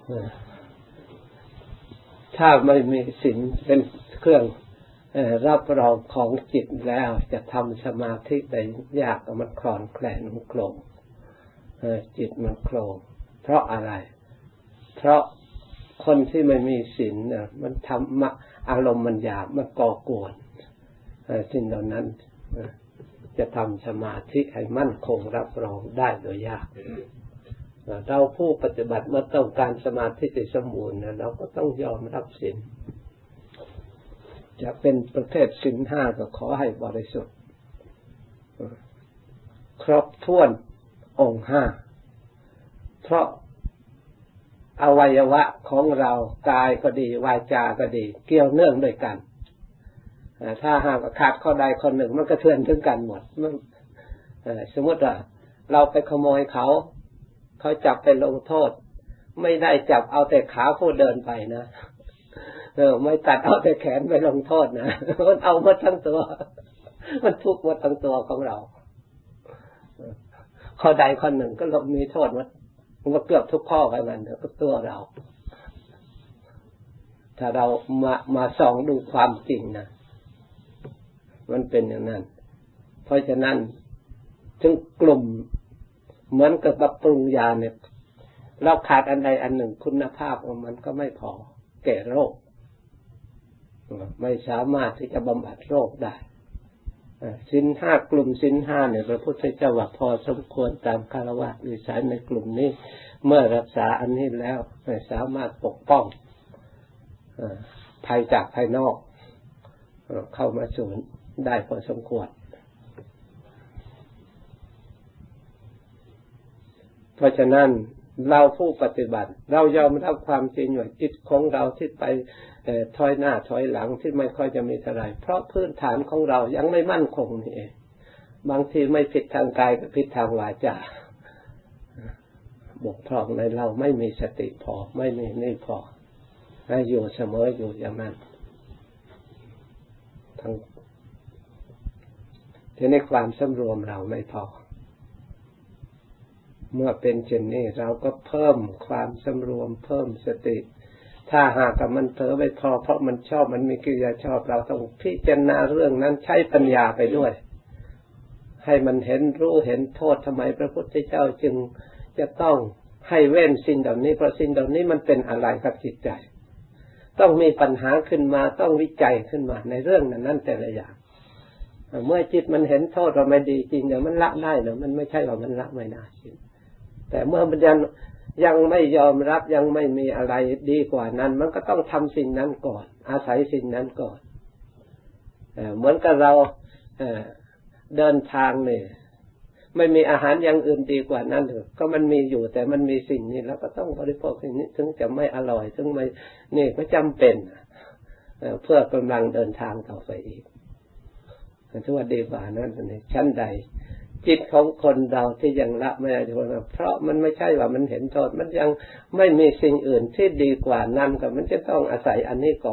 ถ้าไม่มีศีลเป็นเครื่องรับรองของจิตแล้วจะทำสมาธิได้ยากมันคลอนแคลนมันโคลงจิตมันโคลงเพราะอะไรเพราะคนที่ไม่มีศีลมันทำอารมณ์มันหยาบมันก่อกวนสิ่งเหล่านั้นจะทำสมาธิให้มั่นคงรับรองได้โดยยากเราผู้ปฏิบัติเมื่อต้องการสมาธิที่สมบูรณ์เราก็ต้องยอมรับศีลจะเป็นประเภทศีลห้าก็ขอให้บริสุทธิ์ครบถ้วนองค์ห้าเพราะอวัยวะของเรากายก็ดีวาจาก็ดีเกี่ยวเนื่องด้วยกันถ้าหากขาดข้อใดข้อหนึ่งมันก็เทือนถึงกันหมดสมมติว่าเราไปขโมยเขาจับไปลงโทษไม่ได้จับเอาแต่ขาผู้เดินไปนะไม่ตัดเอาแต่แขนไปลงโทษนะมันเอาหมดทั้งตัวมันทุกข์หมดทั้งตัวของเราข้อใดข้อหนึ่งก็ลงมีโทษหมดมันเกือบทุกข้อไปมันก็ตัวเราถ้าเรามาส่องดูความจริงนะมันเป็นอย่างนั้นเพราะฉะนั้นถึงกลุ่มเหมือนกับปรุงยาเนี่ยเราขาดอันใดอันหนึ่งคุณภาพของมันก็ไม่พอแก่โรคไม่สามารถที่จะบำบัดโรคได้ศีลห้ากลุ่มศีลห้าเนี่ยพระพุทธเจ้าว่าพอสมควรตามคารวะวิสัยในกลุ่มนี้เมื่อรักษาอันนี้แล้วไม่สามารถปกป้องภัยจากภายนอกเข้ามาสู่ได้พอสมควรเพราะฉะนั้นเราผู้ปฏิบัติเรายอมรับความจริงว่าจิตของเราที่ไปถอยหน้าถอยหลังที่ไม่ค่อยจะมีอะไรเพราะพื้นฐานของเรายังไม่มั่นคงนี่เองบางทีไม่ผิดทางกายก็ผิดทางวาจาบกพร่องในเราไม่มีสติพอไม่มีนี่พอให้อยู่เสมออยู่อย่างนั้นทั้งทีนี้ความสำรวมเราไม่พอเมื่อเป็นเช่นนี้เราก็เพิ่มความสำรวมเพิ่มสติถ้าหากมันเผลอไปพอเพราะมันชอบมันมีกิริยาชอบเราต้องพิจารณาเรื่องนั้นใช้ปัญญาไปด้วยให้มันเห็นรู้เห็นโทษทำไมพระพุทธเจ้าจึงจะต้องให้เว้นสิ่งเหล่านี้เพราะสิ่งเหล่านี้มันเป็นอะไรกับจิตใจต้องมีปัญหาขึ้นมาต้องวิจัยขึ้นมาในเรื่องนั้นแต่ละอย่างเมื่อจิตมันเห็นโทษว่าไม่ดีจริงอย่างมันละได้นะมันไม่ใช่ว่ามันละไม่ได้แต่เมื่อมันยังไม่ยอมรับยังไม่มีอะไรดีกว่านั้นมันก็ต้องทำสิ่งนั้นก่อนอาศัยสิ่งนั้นก่อนเหมือนกับเราเดินทางเนี่ยไม่มีอาหารอย่างอื่นดีกว่านั้นเลยก็มันมีอยู่แต่มันมีสิ่งนี้แล้วก็ต้องบริโภคสิ่งนี้ถึงจะไม่อร่อยถึงไม่นี่ก็จำเป็นเพื่อกำลังเดินทางต่อไปอีกถือว่าดีกว่านั้นนี่ชั้นใดจิตของคนเราที่ยังละไม่ได้เพราะมันไม่ใช่ว่ามันเห็นโทษมันยังไม่มีสิ่งอื่นที่ดีกว่านั้นก็มันจะต้องอาศัยอันนี้ก่อน